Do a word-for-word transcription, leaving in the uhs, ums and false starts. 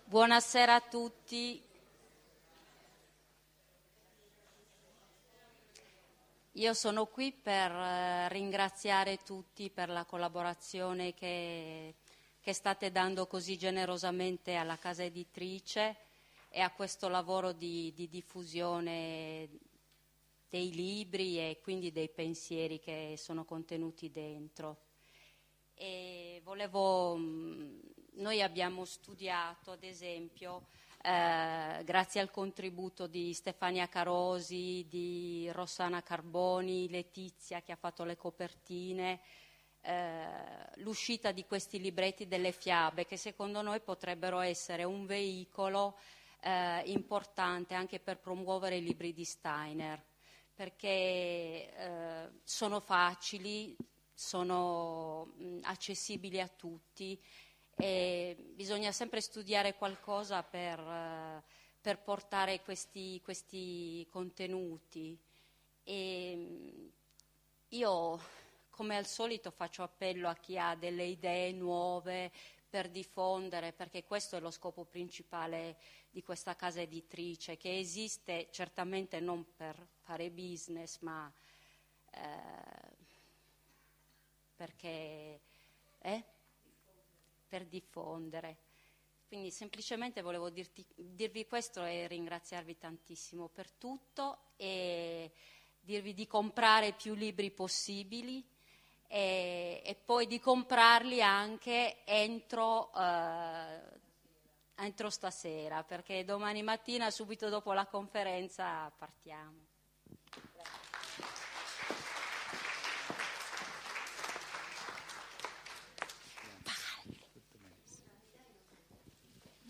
Buonasera a tutti. Io sono qui per eh, ringraziare tutti per la collaborazione che, che state dando così generosamente alla casa editrice e a questo lavoro di, di diffusione dei libri e quindi dei pensieri che sono contenuti dentro. E volevo, noi abbiamo studiato, ad esempio, eh, grazie al contributo di Stefania Carosi, di Rossana Carboni, Letizia che ha fatto le copertine, eh, l'uscita di questi libretti delle fiabe che secondo noi potrebbero essere un veicolo eh, importante anche per promuovere i libri di Steiner, perché eh, sono facili, sono mh, accessibili a tutti e bisogna sempre studiare qualcosa per, eh, per portare questi, questi contenuti. E, mh, io, come al solito, faccio appello a chi ha delle idee nuove per diffondere, perché questo è lo scopo principale di questa casa editrice, che esiste certamente non per fare business, ma eh, perché eh? per diffondere. Quindi semplicemente volevo dirti, dirvi questo e ringraziarvi tantissimo per tutto e dirvi di comprare più libri possibili e, e poi di comprarli anche entro, eh, entro stasera, perché domani mattina subito dopo la conferenza partiamo.